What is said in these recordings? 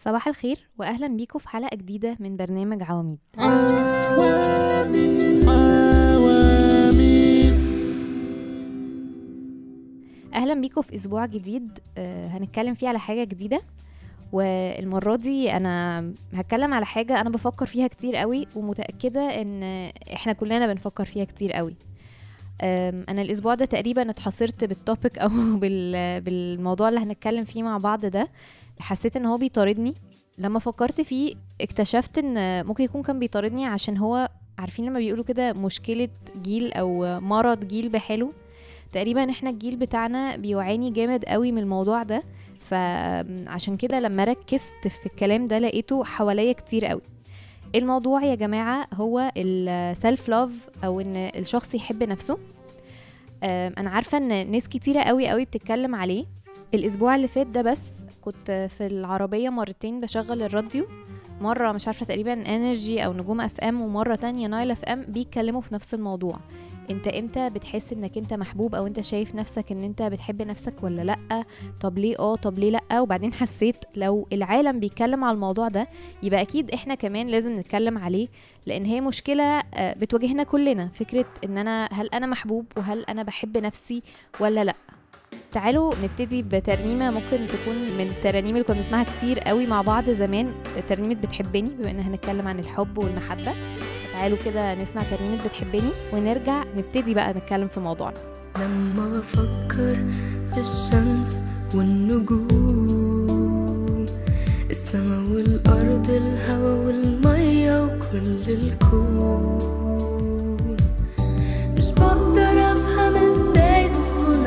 صباح الخير وأهلا بيكم في حلقة جديدة من برنامج عواميد. أهلا بيكم في أسبوع جديد هنتكلم فيه على حاجة جديدة، والمرة دي أنا هتكلم على حاجة أنا بفكر فيها كتير قوي ومتأكدة إن إحنا كلنا بنفكر فيها كتير قوي. أنا الأسبوع ده تقريبا اتحصرت بالتوبيك أو بالموضوع اللي هنتكلم فيه مع بعض ده. حسيت إن هو بيطاردني. لما فكرت فيه اكتشفت إن ممكن يكون كان بيطاردني عشان هو عارفين لما بيقولوا كده مشكلة جيل أو مرض جيل بحاله. تقريبا احنا الجيل بتاعنا بيعاني جامد قوي من الموضوع ده، فعشان كده لما ركزت في الكلام ده لقيته حواليا كتير قوي. الموضوع يا جماعة هو السلف لاف او ان الشخص يحب نفسه. انا عارفة ان ناس كتيرة قوي بتتكلم عليه. الاسبوع اللي فات ده بس كنت في العربية مرتين بشغل الراديو، مرة مش عارفة تقريبا انرجي او نجوم اف ام، ومرة تانية نايل اف ام، بيتكلموا في نفس الموضوع. انت امتى بتحس انك انت محبوب او انت شايف نفسك ان انت بتحب نفسك ولا لا؟ طب ليه طب ليه لا؟ وبعدين حسيت لو العالم بيتكلم على الموضوع ده يبقى اكيد احنا كمان لازم نتكلم عليه، لان هي مشكلة بتواجهنا كلنا. فكرة ان هل انا محبوب وهل انا بحب نفسي ولا لا؟ تعالوا نبتدي بترنيمة ممكن تكون من الترانيم اللي كنا بنسمعها كتير قوي مع بعض زمان، ترنيمة بتحبني، بما ان هنتكلم عن الحب والمحبة. تعالوا كده نسمع ترنيمة بتحبني ونرجع نبتدي بقى نتكلم في موضوعنا. لما بفكر في الشمس والنجوم، السماء والأرض، الهواء والمية وكل الكون، مش بقدر أفهم ازاي تصون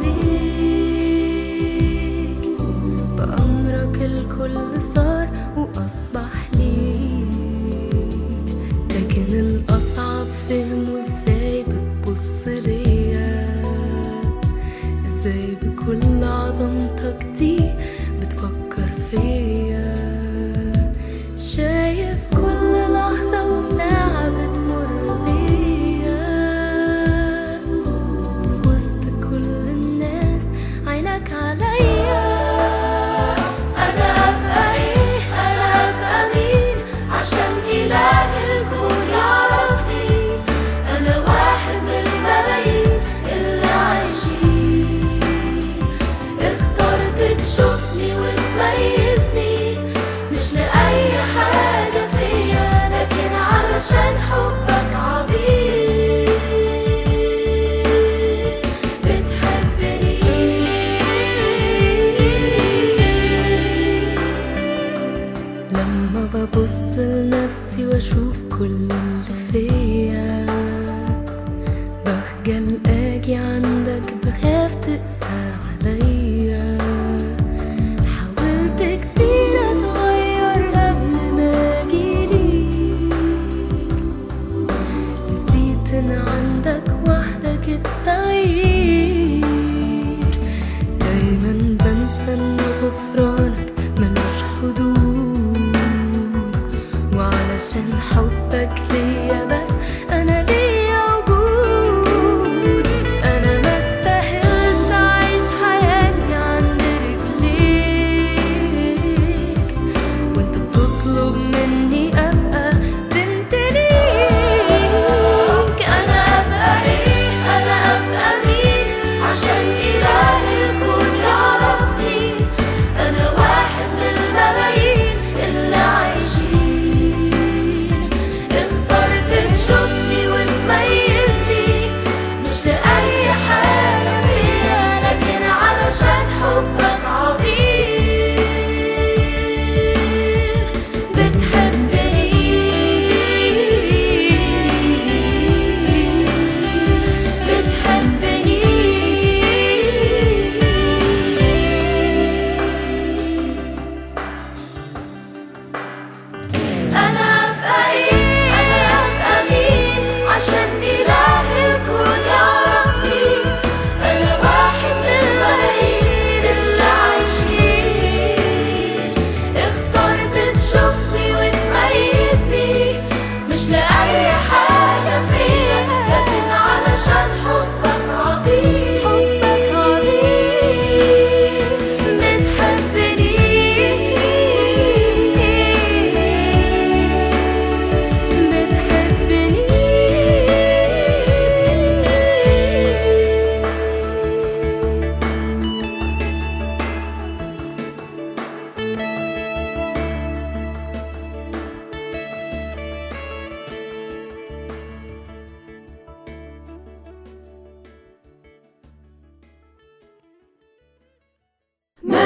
عليك، بأمرك الكل صار وأصبح ليك، لكن الأصعب فهمه ازاي بتبص ليا، ازاي بكل عظمتك دي بتفكر فيا، شايف كل لحظة وساعة بتمر بيا، في وسط كل الناس عينك عليا. أنا أبقى إيه؟ أنا أبقى مين عشان إله الكون يعرفني؟ أنا واحد من الملايين اللي عايشين، اخترت تشوفني وتميزني، مش لأي حاجة فيا، لكن علشان حبك عظيم بتحبني. لما ببص لنفسي واشوف كل اللي فيا، بخجل اجي عندك، بخاف تقسى عليا، حاولت كتير اتغير قبل ما اجيليك، نسيت ان عندك وحدك التغيير، دايما بنسى ان غفرانك ملوش حدود، وعلشان حبك ليا بس انا ليا وجود، انا ما استاهلش اعيش حياتي عند رجليك، وانت بتطلب مني ابقى بنت ليك. انا ابقى ايه؟ انا ابقى مين عشان اله الكون يعرفني؟ انا واحد من الملايين اللي عايشين، اخترت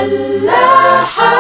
فلاحة.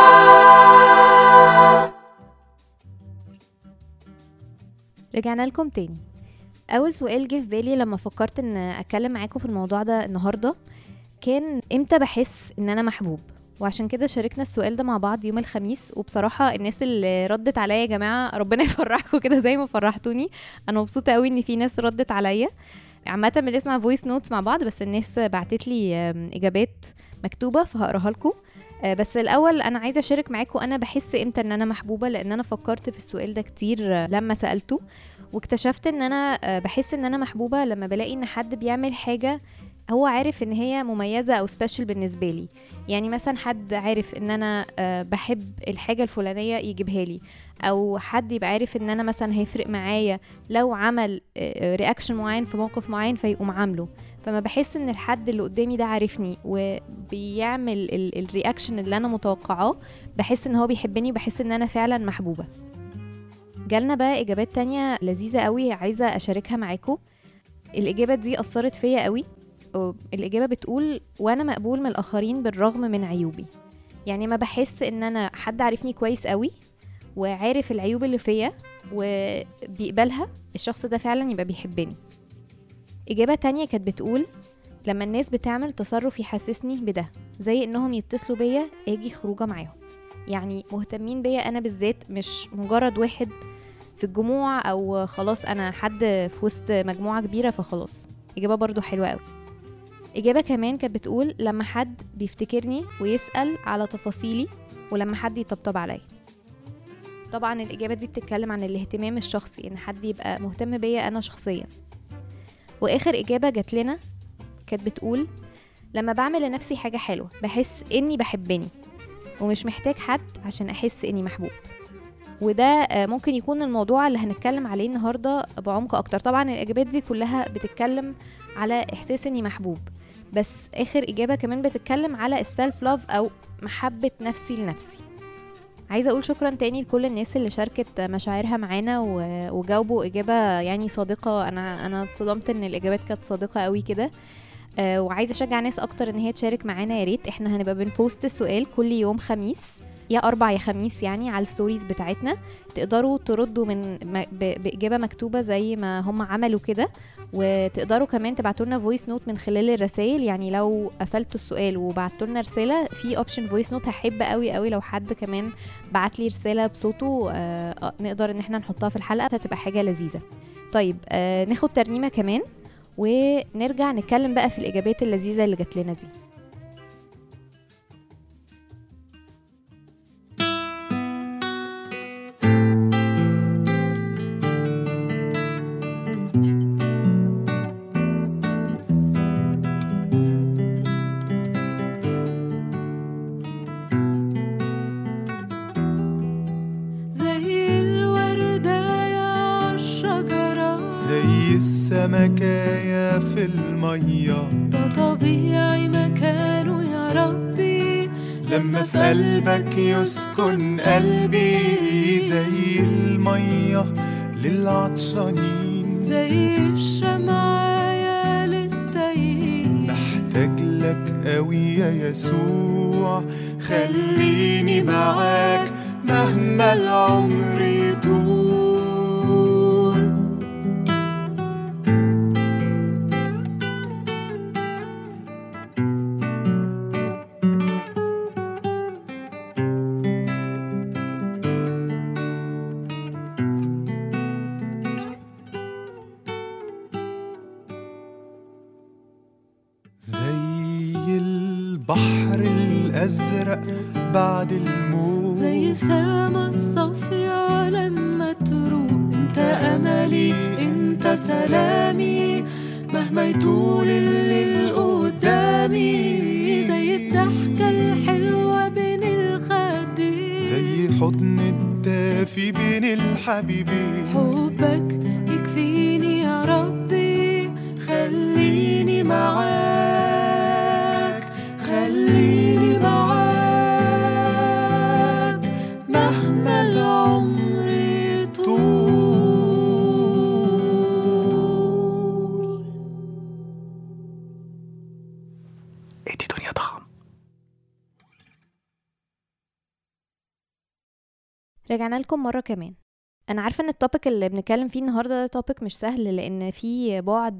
رجعنا لكم تاني. اول سؤال جه في بالي لما فكرت ان اتكلم معاكم في الموضوع ده النهارده كان امتى بحس ان انا محبوب، وعشان كده شاركنا السؤال ده مع بعض يوم الخميس. وبصراحه الناس اللي ردت عليا يا جماعه ربنا يفرحكم كده زي ما فرحتوني. انا مبسوطه قوي ان في ناس ردت عليا. عامه بنسمع فويس نوتس مع بعض، بس الناس بعتت لي اجابات مكتوبه فهقراها لكم. بس الاول انا عايزه اشارك معاكم انا بحس امتى ان انا محبوبه، لان انا فكرت في السؤال ده كتير لما سالته، واكتشفت ان انا بحس ان انا محبوبه لما بلاقي ان حد بيعمل حاجه هو عارف ان هي مميزه او سبيشال بالنسبه لي. يعني مثلا حد عارف ان انا بحب الحاجه الفلانيه يجيبها لي، او حد يبقى عارف ان انا مثلا هيفرق معايا لو عمل رياكشن معين في موقف معين فيقوم عامله. فما بحس ان الحد اللي قدامي ده عارفني وبيعمل الرياكشن اللي انا متوقعاه، بحس ان هو بيحبني، بحس ان انا فعلا محبوبه. جالنا بقى اجابات تانية لذيذه قوي عايزه اشاركها معاكم. الاجابه دي اثرت فيا قوي. الإجابة بتقول وانا مقبول من الآخرين بالرغم من عيوبي. يعني ما بحس ان انا حد عارفني كويس قوي وعارف العيوب اللي فيا وبيقبلها، الشخص ده فعلا يبقى بيحبني. إجابة تانية كانت بتقول لما الناس بتعمل تصرف يحسسني بده، زي انهم يتصلوا بيا اجي خروجه معاهم، يعني مهتمين بيا انا بالذات، مش مجرد واحد في الجموع او خلاص انا حد في وسط مجموعة كبيرة فخلاص. إجابة برضو حلوة قوي. إجابة كمان كانت بتقول لما حد بيفتكرني ويسأل على تفاصيلي، ولما حد يطبطب عليا. طبعا الإجابة دي بتتكلم عن الاهتمام الشخصي، إن حد يبقى مهتم بيا أنا شخصيا. وآخر إجابة جات لنا كانت بتقول لما بعمل لنفسي حاجة حلوة بحس إني بحبني ومش محتاج حد عشان أحس إني محبوب. وده ممكن يكون الموضوع اللي هنتكلم عليه النهاردة بعمق أكتر. طبعا الإجابات دي كلها بتتكلم على إحساس إني محبوب، بس آخر إجابة كمان بتتكلم على السلف لاف أو محبة نفسي لنفسي. عايزة أقول شكرا تاني لكل الناس اللي شاركت مشاعرها معانا وجاوبوا إجابة يعني صادقة. أنا اتصدمت إن الإجابات كانت صادقة قوي كده. وعايزة أشجع ناس أكتر إن هي تشارك معانا. يا ريت إحنا هنبقى بنبوست السؤال كل يوم خميس، يا 4 يا خميس، يعني على الستوريز بتاعتنا. تقدروا تردوا بإجابة مكتوبة زي ما هم عملوا كده، وتقدروا كمان تبعتوا لنا فويس نوت من خلال الرسائل. يعني لو قفلتوا السؤال وبعتوا لنا رسالة في اوبشن فويس نوت، هحب قوي قوي لو حد كمان بعت لي رسالة بصوته نقدر ان احنا نحطها في الحلقة، هتبقى حاجة لذيذة. طيب ناخد ترنيمة كمان ونرجع نتكلم بقى في الإجابات اللذيذة اللي جات لنا دي. السمكاية في المية، ده طبيعي مكانه يا ربي لما في قلبك يسكن قلبي. زي المية للعطشانين، زي الشمعة للتايهين. محتاج لك قوي يا يسوع، خليني معاك مهما العمر يطول. زي البحر الأزرق بعد الموت، زي سما الصافية لما تروح. انت أملي انت سلامي مهما يطول الليل قدامي. زي الضحكة الحلوة بين الخدين، زي حضن الدافي بين الحبيبين. حبك يكفيني يا ربي، خليني معاك، خليني معاك مهما العمر يطول. ادي دنيا ضخم. رجعنا لكم مرة كمان. أنا عارفة إن التوبيك اللي بنتكلم فيه النهاردة ده توبيك مش سهل، لأن فيه بعد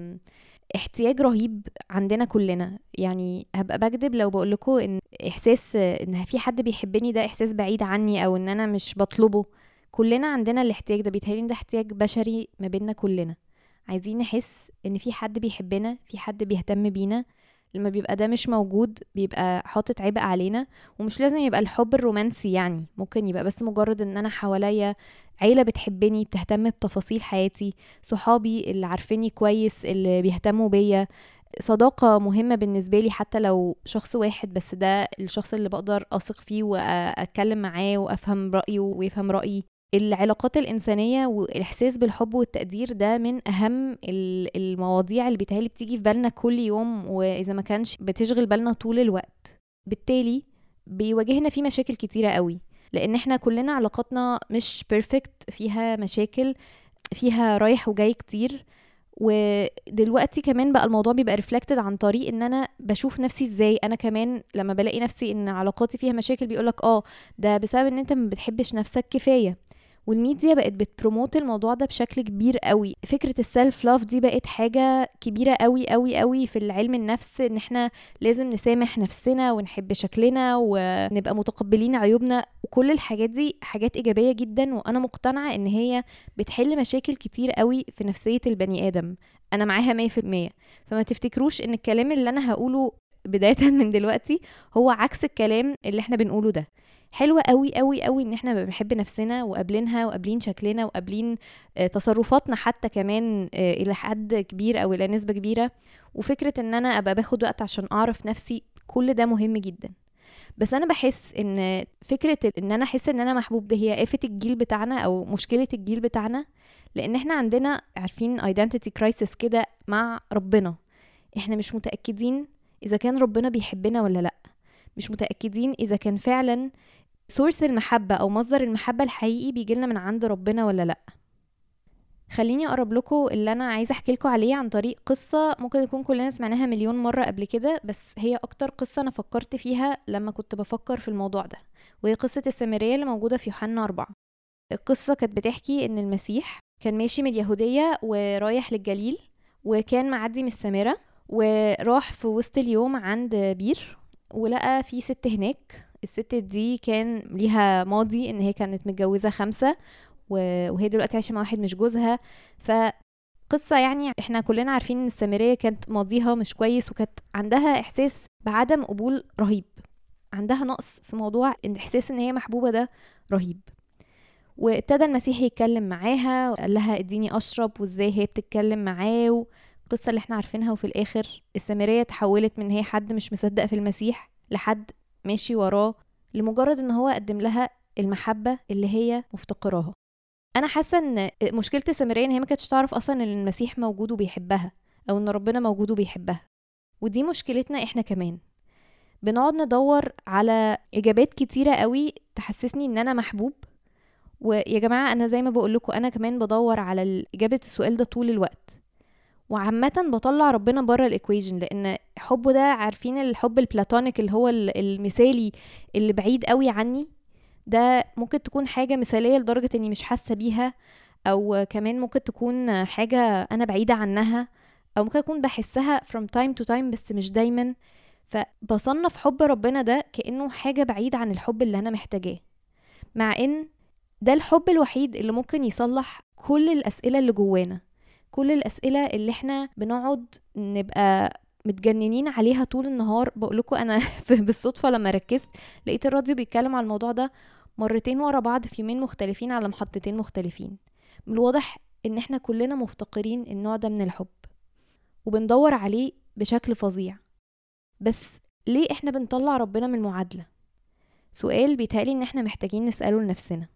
احتياج رهيب عندنا كلنا. يعني هبقى بكذب لو بقولكوا إن إحساس إن في حد بيحبني ده إحساس بعيد عني أو إن أنا مش بطلبه. كلنا عندنا الاحتياج ده، بيتهيألي ده احتياج بشري ما بيننا كلنا. عايزين نحس إن في حد بيحبنا، في حد بيهتم بينا. لما بيبقى ده مش موجود بيبقى حاطط عبء علينا. ومش لازم يبقى الحب الرومانسي، يعني ممكن يبقى بس مجرد ان انا حواليا عيلة بتحبني، بتهتم بتفاصيل حياتي، صحابي اللي عارفيني كويس اللي بيهتموا بيا، صداقة مهمة بالنسبة لي حتى لو شخص واحد بس ده الشخص اللي بقدر أثق فيه وأتكلم معاه وأفهم رأيه ويفهم رأيي. العلاقات الإنسانية والإحساس بالحب والتقدير ده من أهم المواضيع اللي بيتهيألي بتيجي في بالنا كل يوم، وإذا ما كانش بتشغل بالنا طول الوقت. بالتالي بيواجهنا فيه مشاكل كتيرة قوي، لأن احنا كلنا علاقاتنا مش بيرفكت، فيها مشاكل، فيها رايح وجاي كتير. ودلوقتي كمان بقى الموضوع بيبقى ريفلكتد عن طريق ان انا بشوف نفسي ازاي. انا كمان لما بلاقي نفسي ان علاقاتي فيها مشاكل بيقولك ده بسبب ان انت ما بتحبش نفسك كفاية. والميديا بقت بتبروموت الموضوع ده بشكل كبير قوي. فكرة السيلف لاف دي بقت حاجة كبيرة قوي قوي قوي في العلم النفس، ان احنا لازم نسامح نفسنا ونحب شكلنا ونبقى متقبلين عيوبنا. وكل الحاجات دي حاجات إيجابية جدا، وأنا مقتنعة ان هي بتحل مشاكل كتير قوي في نفسية البني آدم. أنا معاها 100%. فما تفتكروش ان الكلام اللي أنا هقوله بداية من دلوقتي هو عكس الكلام اللي احنا بنقوله ده. حلوة قوي قوي قوي ان احنا بنحب نفسنا وقابلينها وقابلين شكلنا وقابلين تصرفاتنا حتى كمان الى حد كبير او الى نسبة كبيرة. وفكرة ان انا ابقى باخد وقت عشان اعرف نفسي، كل ده مهم جدا. بس انا بحس ان فكرة ان انا احس ان انا محبوب ده هي آفة الجيل بتاعنا او مشكلة الجيل بتاعنا. لان احنا عندنا عارفين identity crisis كده مع ربنا. احنا مش متأكدين اذا كان ربنا بيحبنا ولا لا، مش متأكدين اذا كان فعلا سورس المحبة أو مصدر المحبة الحقيقي بيجيلنا من عند ربنا ولا لأ. خليني أقرب لكم اللي أنا عايزة أحكي لكم عليه عن طريق قصة ممكن يكون كلنا سمعناها مليون مرة قبل كده، بس هي أكتر قصة أنا فكرت فيها لما كنت بفكر في الموضوع ده، وهي قصة السامرية اللي موجودة في يوحنا 4. القصة كانت بتحكي إن المسيح كان ماشي من اليهودية ورايح للجليل، وكان معدي من السامرة، وراح في وسط اليوم عند بير ولقى في ست هناك. الست دي كان ليها ماضي ان هي كانت متجوزة 5 وهي دلوقتي عايشة مع واحد مش جوزها. فقصة يعني احنا كلنا عارفين ان السامرية كانت ماضيها مش كويس، وكانت عندها احساس بعدم قبول رهيب، عندها نقص في موضوع الاحساس ان هي محبوبة ده رهيب. وابتدى المسيح يتكلم معاها وقال لها اديني اشرب، وازاي هي بتتكلم معاه، القصة اللي احنا عارفينها. وفي الاخر السامرية تحولت من هي حد مش مصدق في المسيح لحد ماشي وراه لمجرد ان هو قدم لها المحبة اللي هي مفتقراها. انا حاسة ان مشكلة السامرية ان هي ما كانتش تعرف اصلا ان المسيح موجود وبيحبها، او ان ربنا موجود وبيحبها. ودي مشكلتنا احنا كمان، بنقعد ندور على اجابات كتيرة قوي تحسسني ان انا محبوب. ويا جماعة انا زي ما بقولكم انا كمان بدور على اجابة السؤال ده طول الوقت، وعامة بطلع ربنا بره الايكويجن، لان حبه ده عارفين الحب البلاتونيك اللي هو المثالي اللي بعيد قوي عني، ده ممكن تكون حاجة مثالية لدرجة اني مش حاسة بيها، او كمان ممكن تكون حاجة انا بعيدة عنها، او ممكن اكون بحسها from time to time بس مش دايما. فبصنف حب ربنا ده كأنه حاجة بعيد عن الحب اللي انا محتاجاه، مع ان ده الحب الوحيد اللي ممكن يصلح كل الأسئلة اللي جوانا، كل الأسئلة اللي احنا بنقعد نبقى متجننين عليها طول النهار. بقولكوا أنا بالصدفة لما ركزت لقيت الراديو بيتكلم على الموضوع ده مرتين ورا بعض في يومين مختلفين على محطتين مختلفين. من الواضح ان احنا كلنا مفتقرين النوع ده من الحب وبندور عليه بشكل فظيع. بس ليه احنا بنطلع ربنا من المعادلة؟ سؤال بيتهيألي ان احنا محتاجين نسأله لنفسنا.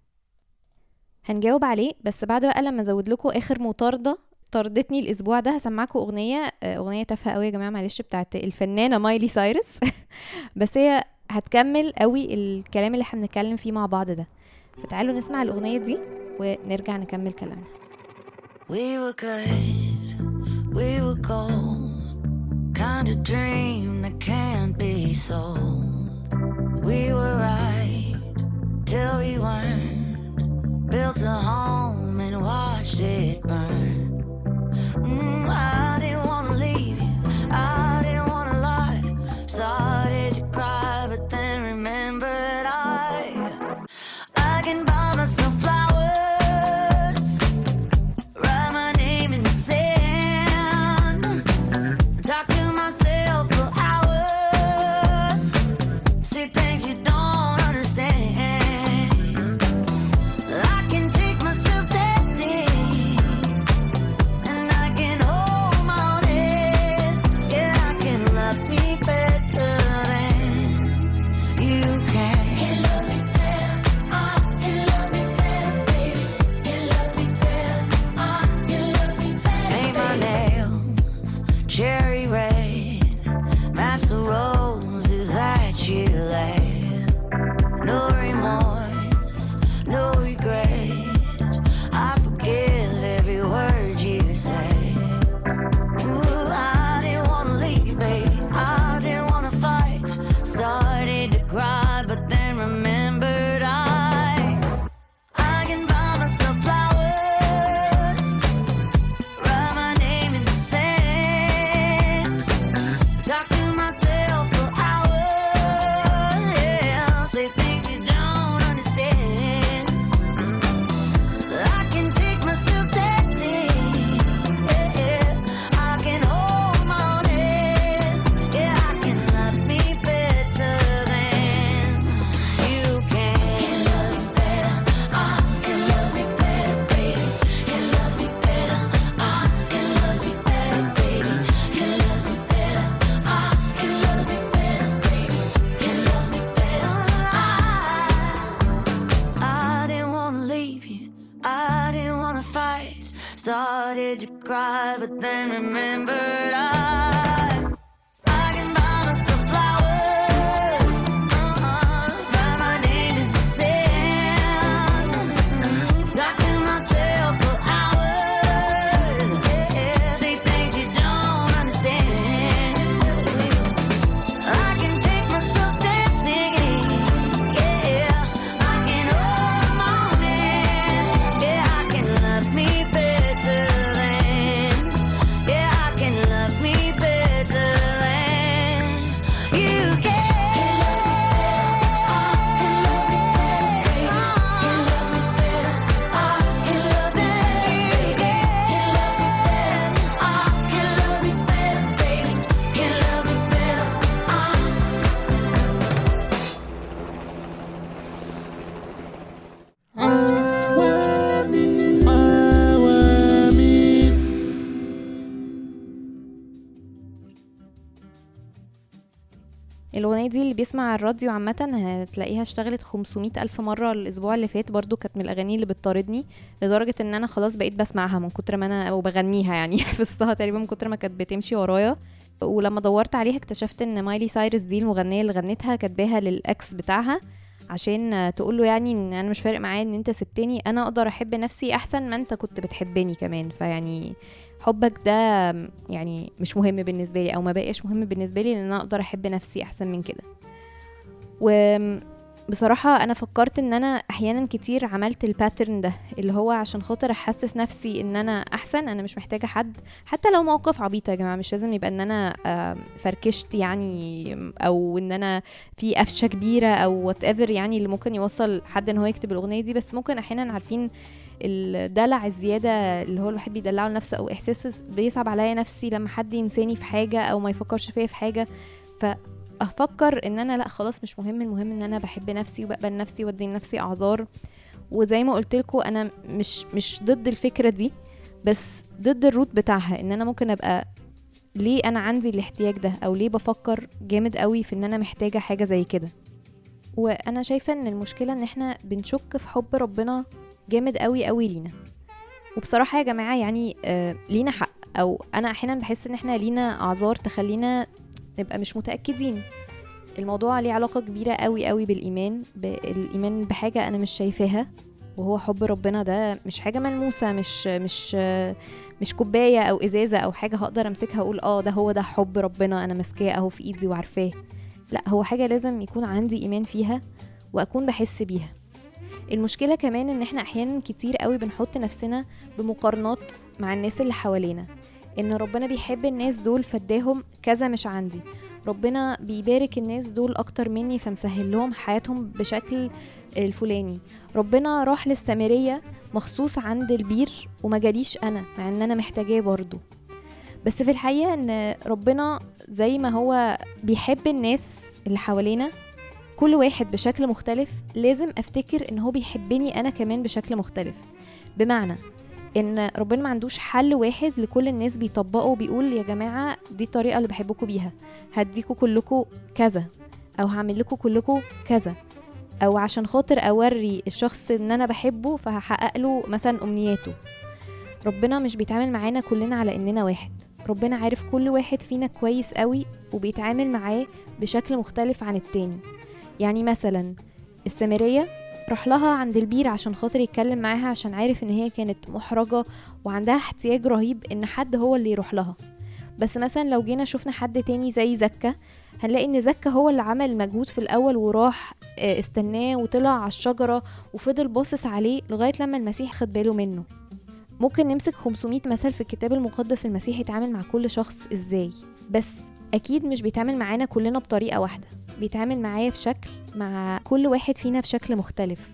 هنجاوب عليه بس بعد بقى لما ازود لكم اخر مطاردة طردتني الاسبوع ده. هسمعكم اغنية تافهة قوي يا جماعة معلش، بتاعت الفنانة مايلي سايرس بس هي هتكمل قوي الكلام اللي احنا بنتكلم فيه مع بعض ده. فتعالوا نسمع الاغنية دي ونرجع نكمل كلامنا. We were good, we were gold, kind of dream that can't be sold. We were right till we weren't. built a home and watched it burn. I didn't wanna leave you, I didn't wanna lie. Started to cry, but then remembered I can buy myself flowers, write my name in the sand, talk to myself for hours, see things you don't understand. I can take myself dancing, and I can hold my own head. Yeah, I can love me better than you can. Can love me better, I can love me better, baby. Can love me better, I can love me better. Paint my nails cherry red, match the roses that you laid. No remorse, no regret. I forgive every word you say. Ooh, I didn't wanna leave, baby. I didn't wanna fight. Started to cry, but then remembered I can buy myself flowers, write my name in the sand, talk to myself for hours, yeah, say things you don't understand. I can take myself dancing, yeah, I can hold my own head, yeah, I can love me better than you can. Can love me better, I can love me better, baby. Can love me better, I can love me better, baby. Can love me better, I can love me better, baby. Can love me better, I didn't wanna leave you, I didn't wanna fight. Started to cry, but then remembered I can buy myself flowers, write my name in the sand, talk to myself for hours, yeah, say things you don't understand. I can take myself dancing, yeah, I can hold my own hand, yeah, I can love me better than, yeah, I can love me better than you can. Can love me better, I can love me better, baby. Can love me better, I can love me better, baby. Can love me better, الأغنية دي اللي بيسمع الراديو عامة هتلاقيها اشتغلت 500 ألف مرة الأسبوع اللي فات. برضو كانت من الأغاني اللي بتطاردني لدرجة ان انا خلاص بقيت بسمعها من كتر ما انا وبغنيها يعني حفظتها تقريبا من كتر ما كانت بتمشي ورايا. ولما دورت عليها اكتشفت ان مايلي سايرس دي المغنية اللي غنتها كاتباها للأكس بتاعها عشان تقوله يعني ان انا مش فارق معايا ان انت سبتني، انا اقدر احب نفسي احسن ما انت كنت بتحبني كمان. فيعني حبك ده يعني مش مهم بالنسبة لي او ما بقاش مهم بالنسبة لي، لان انا اقدر احب نفسي احسن من كده. وبصراحة انا فكرت ان انا احيانا كتير عملت الباترن ده اللي هو عشان خاطر احسس نفسي ان انا احسن. انا مش محتاجة حد حتى لو موقف عبيط يا جماعة، مش لازم يبقى ان انا فركشت يعني او ان انا في قفشة كبيرة او whatever يعني اللي ممكن يوصل حد ان هو يكتب الاغنية دي. بس ممكن احيانا عارفين الدلع الزيادة اللي هو الواحد بيدلعه لنفسه او احساس بيصعب عليا نفسي لما حد ينساني في حاجة او ما يفكرش فيا في حاجة، فافكر ان انا لا خلاص مش مهم، المهم ان انا بحب نفسي وبقبل نفسي وادي لنفسي اعذار. وزي ما قلت لكم انا مش ضد الفكرة دي، بس ضد الروت بتاعها، ان انا ممكن ابقى ليه انا عندي الاحتياج ده او ليه بفكر جامد قوي في ان انا محتاجة حاجة زي كده. وانا شايفة ان المشكلة ان احنا بنشك في حب ربنا جامد قوي قوي لينا. وبصراحة يا جماعة يعني لينا حق، او انا احيانا بحس ان احنا لينا اعذار تخلينا نبقى مش متأكدين. الموضوع ليه علاقة كبيرة قوي قوي بالإيمان بحاجة أنا مش شايفاها، وهو حب ربنا ده مش حاجة ملموسة، مش كوباية أو إزازة أو حاجة هقدر أمسكها أقول ده هو ده حب ربنا أنا مسكاه أهو في إيدي وعارفاه. لا، هو حاجة لازم يكون عندي إيمان فيها وأكون بحس بيها. المشكلة كمان ان احنا احيانا كتير قوي بنحط نفسنا بمقارنات مع الناس اللي حوالينا، ان ربنا بيحب الناس دول فداهم كذا مش عندي، ربنا بيبارك الناس دول اكتر مني فمسهل لهم حياتهم بشكل الفلاني، ربنا راح للسامرية مخصوص عند البير وما جاليش انا مع ان انا محتاجاه برضو. بس في الحقيقة ان ربنا زي ما هو بيحب الناس اللي حوالينا كل واحد بشكل مختلف، لازم افتكر ان هو بيحبني انا كمان بشكل مختلف. بمعنى ان ربنا ما عندوش حل واحد لكل الناس بيطبقه وبيقول يا جماعة دي الطريقة اللي بحبكم بيها، هديكوا كلكم كذا او هعمل لكم كلكم كذا، او عشان خاطر اوري الشخص ان انا بحبه فهحقق له مثلا امنياته. ربنا مش بيتعامل معانا كلنا على اننا واحد، ربنا عارف كل واحد فينا كويس قوي وبيتعامل معاه بشكل مختلف عن التاني. يعني مثلا السامرية راح لها عند البير عشان خاطر يتكلم معاها، عشان عارف ان هي كانت محرجة وعندها احتياج رهيب ان حد هو اللي يروح لها. بس مثلا لو جينا شفنا حد تاني زي زكا، هنلاقي ان زكا هو اللي عمل مجهود في الاول وراح استناه وطلع على الشجرة وفضل باصص عليه لغاية لما المسيح خد باله منه. ممكن نمسك 500 مثل في الكتاب المقدس المسيح يتعامل مع كل شخص ازاي، بس اكيد مش بيتعامل معانا كلنا بطريقة واحدة، بيتعامل معايا بشكل مع كل واحد فينا بشكل مختلف.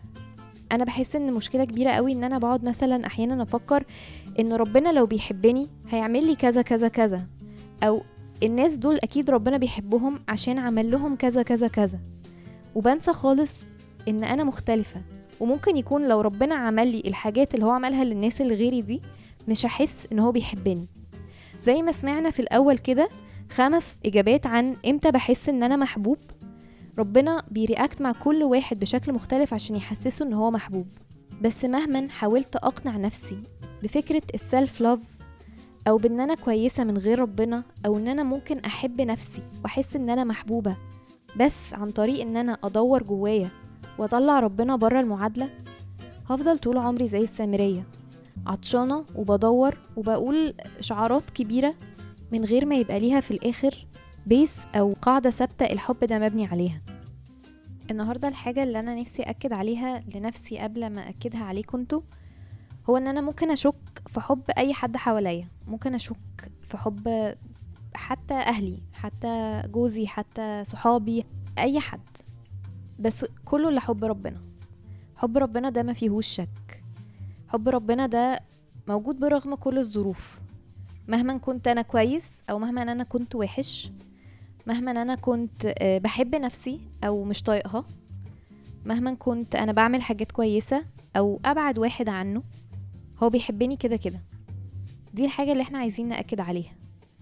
فانا بحس ان مشكلة كبيرة قوي ان انا بقعد مثلا احيانا افكر ان ربنا لو بيحبني هيعمل لي كذا كذا كذا، او الناس دول اكيد ربنا بيحبهم عشان عمل لهم كذا كذا كذا، وبنسى خالص ان انا مختلفة، وممكن يكون لو ربنا عمل لي الحاجات اللي هو عملها للناس اللي غيري دي مش هحس ان هو بيحبني. زي ما سمعنا في الاول كده 5 اجابات عن امتى بحس ان انا محبوب، ربنا بيرياكت مع كل واحد بشكل مختلف عشان يحسسه ان هو محبوب. بس مهما حاولت اقنع نفسي بفكرة السلف لاف او بان انا كويسة من غير ربنا، او ان انا ممكن احب نفسي واحس ان انا محبوبة بس عن طريق ان انا ادور جوايا واطلع ربنا برا المعادلة، هفضل طول عمري زي السامرية عطشانة وبدور وبقول شعارات كبيرة من غير ما يبقى ليها في الاخر بيس او قاعدة ثابتة الحب ده مبني عليها. النهاردة الحاجة اللي انا نفسي اكد عليها لنفسي قبل ما اكدها عليكم انتوا، هو ان انا ممكن اشك في حب اي حد حواليا، ممكن اشك في حب حتى اهلي، حتى جوزي، حتى صحابي، اي حد، بس كله اللي حب ربنا. حب ربنا ده ما فيهوش شك، حب ربنا ده موجود برغم كل الظروف، مهما كنت انا كويس او مهما انا كنت وحش، مهما انا كنت بحب نفسي او مش طايقها، مهما كنت انا بعمل حاجات كويسة او ابعد واحد عنه، هو بيحبني كده كده. دي الحاجة اللي احنا عايزين نأكد عليها.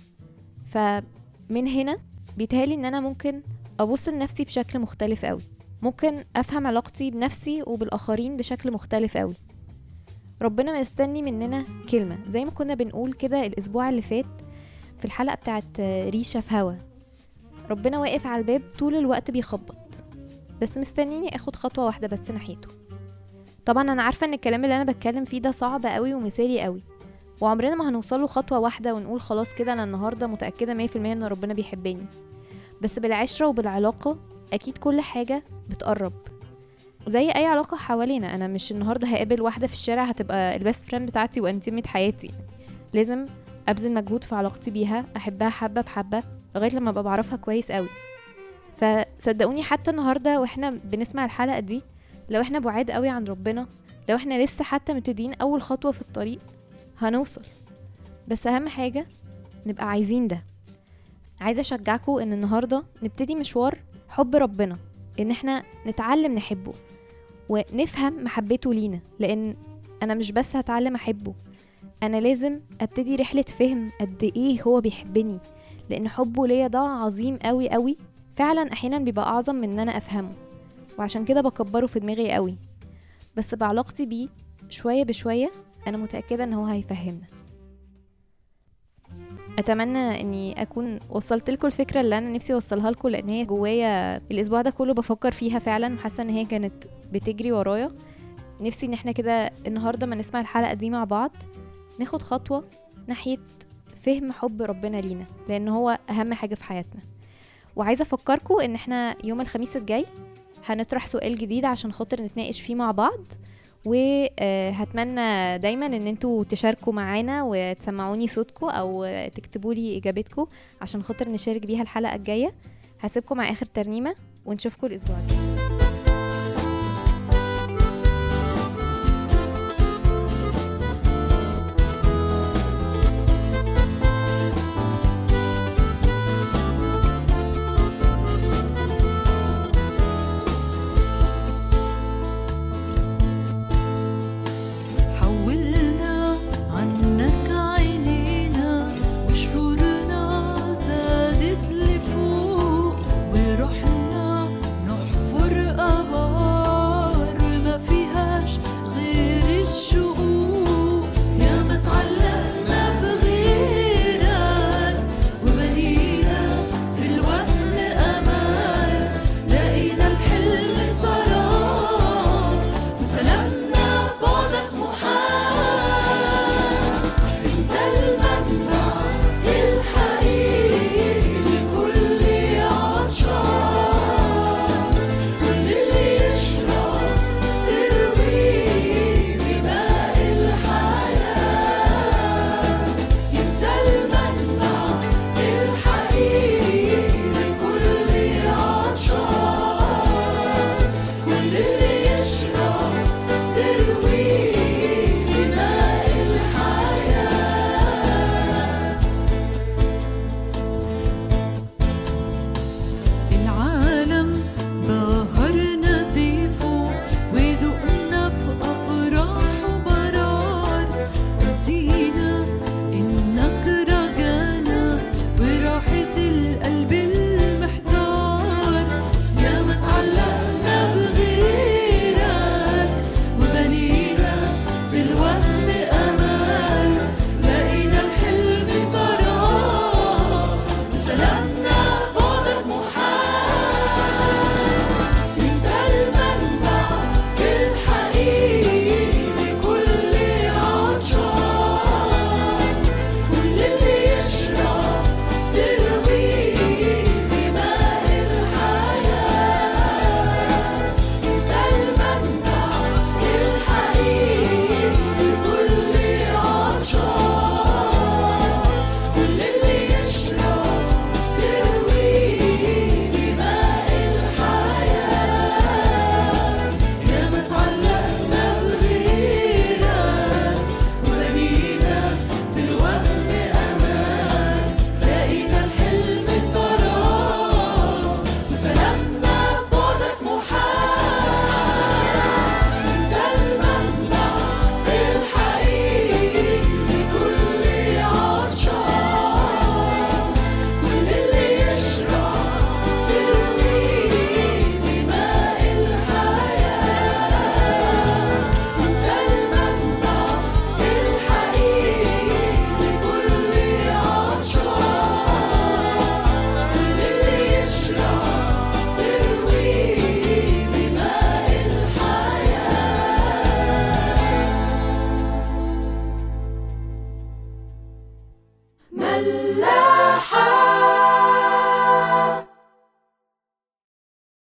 فمن هنا بيتهيألي ان انا ممكن ابص لنفسي بشكل مختلف قوي، ممكن افهم علاقتي بنفسي وبالاخرين بشكل مختلف قوي. ربنا مستني مننا كلمة زي ما كنا بنقول كده الاسبوع اللي فات في الحلقة بتاعت ريشة في هوا. ربنا واقف على الباب طول الوقت بيخبط، بس مستنيني اخد خطوة واحدة بس ناحيته. طبعا انا عارفة ان الكلام اللي انا بتكلم فيه ده صعب قوي ومثالي قوي، وعمرنا ما هنوصله خطوة واحدة ونقول خلاص كده انا النهاردة متأكدة 100% ان ربنا بيحبني. بس بالعشرة وبالعلاقة اكيد كل حاجة بتقرب، زي اي علاقة حوالينا. انا مش النهاردة هقابل واحدة في الشارع هتبقى البست فريند بتاعتي وانتمت حياتي، لازم ابذل مجهود في علاقتي بيها، احبها حبة بحبة لغاية لما ابقى بعرفها كويس قوي. فصدقوني حتى النهاردة واحنا بنسمع الحلقة دي، لو احنا بعاد قوي عن ربنا، لو احنا لسه حتى مبتدين اول خطوة في الطريق، هنوصل. بس اهم حاجة نبقى عايزين ده. عايزة اشجعكم ان النهاردة نبتدي مشوار حب ربنا، ان احنا نتعلم نحبه ونفهم محبته لينا، لان انا مش بس هتعلم احبه، انا لازم ابتدي رحلة فهم قد ايه هو بيحبني، لان حبه ليا ده عظيم قوي قوي، فعلا احيانا بيبقى اعظم من ان انا افهمه، وعشان كده بكبره في دماغي قوي. بس بعلاقتي بيه شوية بشوية انا متأكدة ان هو هيفهمنا. اتمنى اني اكون وصلت لكم الفكرة اللي انا نفسي اوصلها لكم، لان هي جوايا الاسبوع ده كله بفكر فيها فعلا، حاسة ان هي كانت بتجري ورايا. نفسي ان احنا كده النهاردة ما نسمع الحلقة دي مع بعض ناخد خطوة ناحية فهم حب ربنا لينا، لان هو اهم حاجة في حياتنا. وعايزة افكركم ان احنا يوم الخميس الجاي هنطرح سؤال جديد عشان خاطر نتناقش فيه مع بعض، وهتمنى دايما ان انتوا تشاركوا معانا وتسمعوني صوتكم او تكتبوا لي اجابتكم عشان خاطر نشارك بيها الحلقة الجاية. هسيبكم مع اخر ترنيمة ونشوفكم الاسبوع الجاي. ملاك